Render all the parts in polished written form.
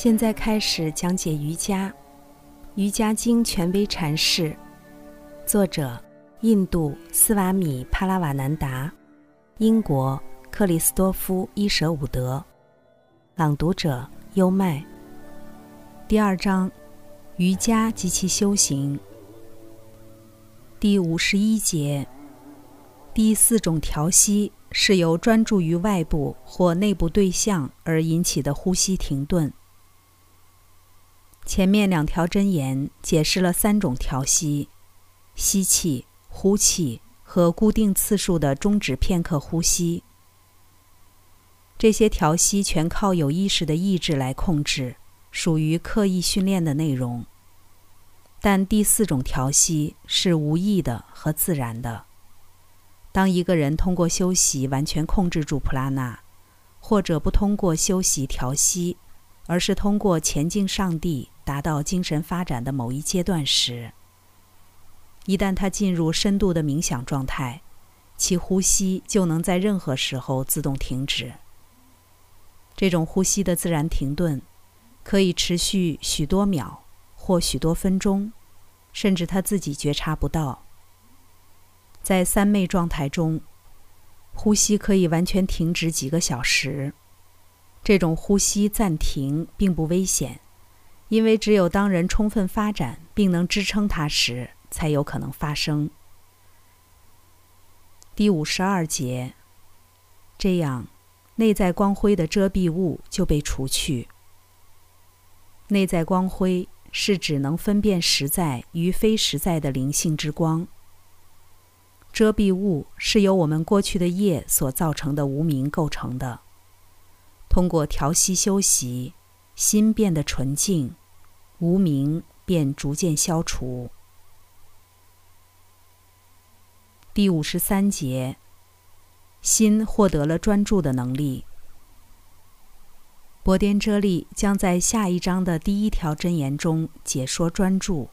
现在开始讲解瑜伽。瑜伽经权威阐释，作者印度斯瓦米帕拉瓦南达，英国克里斯多夫伊舍伍德，朗读者优麦。第二章，瑜伽及其修行。第51节，第4种调息是由专注于外部或内部对象而引起的呼吸停顿。前面2条箴言解释了3种调息：吸气、呼气和固定次数的终止片刻呼吸。这些调息全靠有意识的意志来控制，属于刻意训练的内容。但第4种调息是无意的和自然的。当一个人通过休息完全控制住普拉纳，或者不通过休息调息，而是通过前进上帝达到精神发展的某一阶段时，一旦他进入深度的冥想状态，其呼吸就能在任何时候自动停止。这种呼吸的自然停顿可以持续许多秒或许多分钟，甚至他自己觉察不到。在三昧状态中，呼吸可以完全停止几个小时。这种呼吸暂停并不危险，因为只有当人充分发展并能支撑它时，才有可能发生。第52节，这样内在光辉的遮蔽物就被除去。内在光辉是指能分辨实在与非实在的灵性之光。遮蔽物是由我们过去的业所造成的无明构成的。通过调息修习，心变得纯净，无明便逐渐消除。第53节，心获得了专注的能力。波颠遮利将在下一章的第1条箴言中解说专注。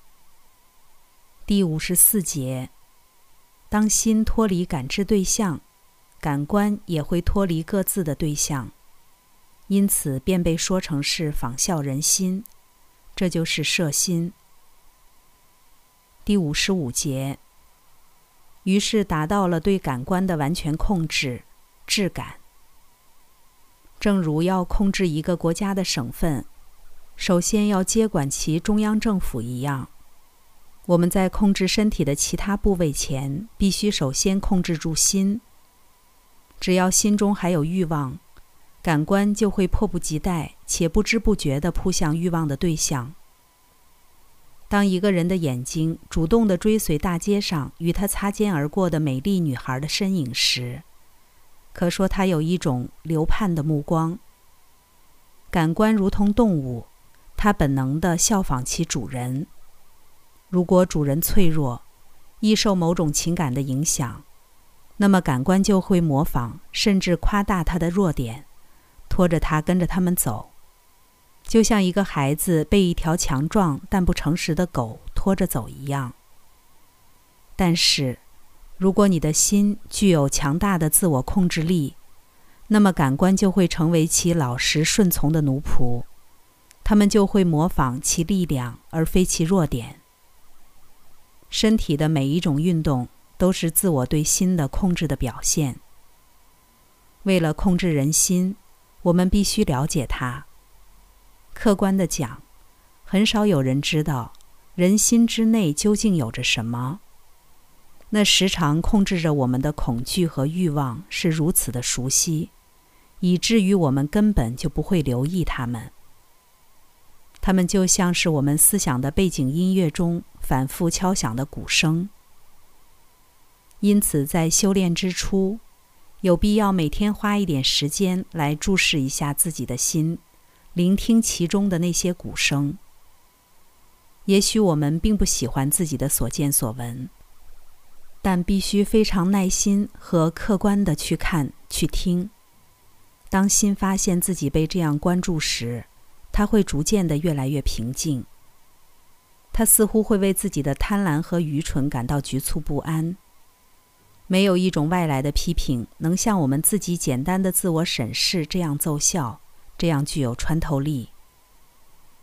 第54节，当心脱离感知对象，感官也会脱离各自的对象，因此便被说成是仿效人心，这就是摄心。第55节，于是达到了对感官的完全控制，质感。正如要控制一个国家的省份，首先要接管其中央政府一样，我们在控制身体的其他部位前，必须首先控制住心。只要心中还有欲望，感官就会迫不及待且不知不觉地扑向欲望的对象。当一个人的眼睛主动地追随大街上与他擦肩而过的美丽女孩的身影时，可说他有一种流盼的目光。感官如同动物，它本能地效仿其主人。如果主人脆弱，易受某种情感的影响，那么感官就会模仿甚至夸大他的弱点，拖着他跟着他们走，就像一个孩子被一条强壮但不诚实的狗拖着走一样。但是如果你的心具有强大的自我控制力，那么感官就会成为其老实顺从的奴仆，他们就会模仿其力量而非其弱点。身体的每一种运动都是自我对心的控制的表现。为了控制人心，我们必须了解它。客观地讲，很少有人知道人心之内究竟有着什么。那时常控制着我们的恐惧和欲望是如此的熟悉，以至于我们根本就不会留意它们。它们就像是我们思想的背景音乐中反复敲响的鼓声。因此在修炼之初，有必要每天花一点时间来注视一下自己的心，聆听其中的那些鼓声。也许我们并不喜欢自己的所见所闻，但必须非常耐心和客观地去看、去听。当心发现自己被这样关注时，它会逐渐地越来越平静。它似乎会为自己的贪婪和愚蠢感到局促不安。没有一种外来的批评能像我们自己简单的自我审视这样奏效，这样具有穿透力。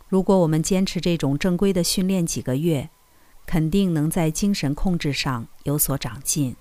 如果我们坚持这种正规的训练几个月，肯定能在精神控制上有所长进。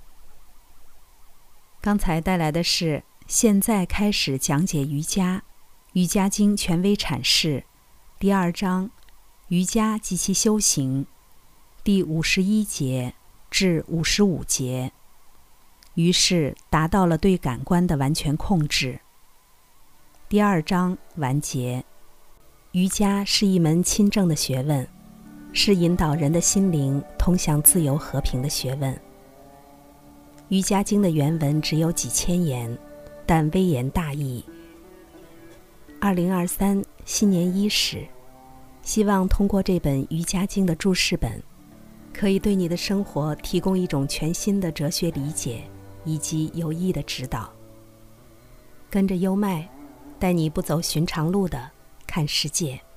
刚才带来的是现在开始讲解瑜伽，瑜伽经权威阐释，第2章瑜伽及其修行，第51节至55节。于是达到了对感官的完全控制。第2章完结。瑜伽是一门亲政的学问，是引导人的心灵通向自由和平的学问。瑜伽经的原文只有几千言，但微言大义。2023新年伊始，希望通过这本瑜伽经的注释本，可以对你的生活提供一种全新的哲学理解以及有益的指导。跟着优麦，带你不走寻常路的看世界。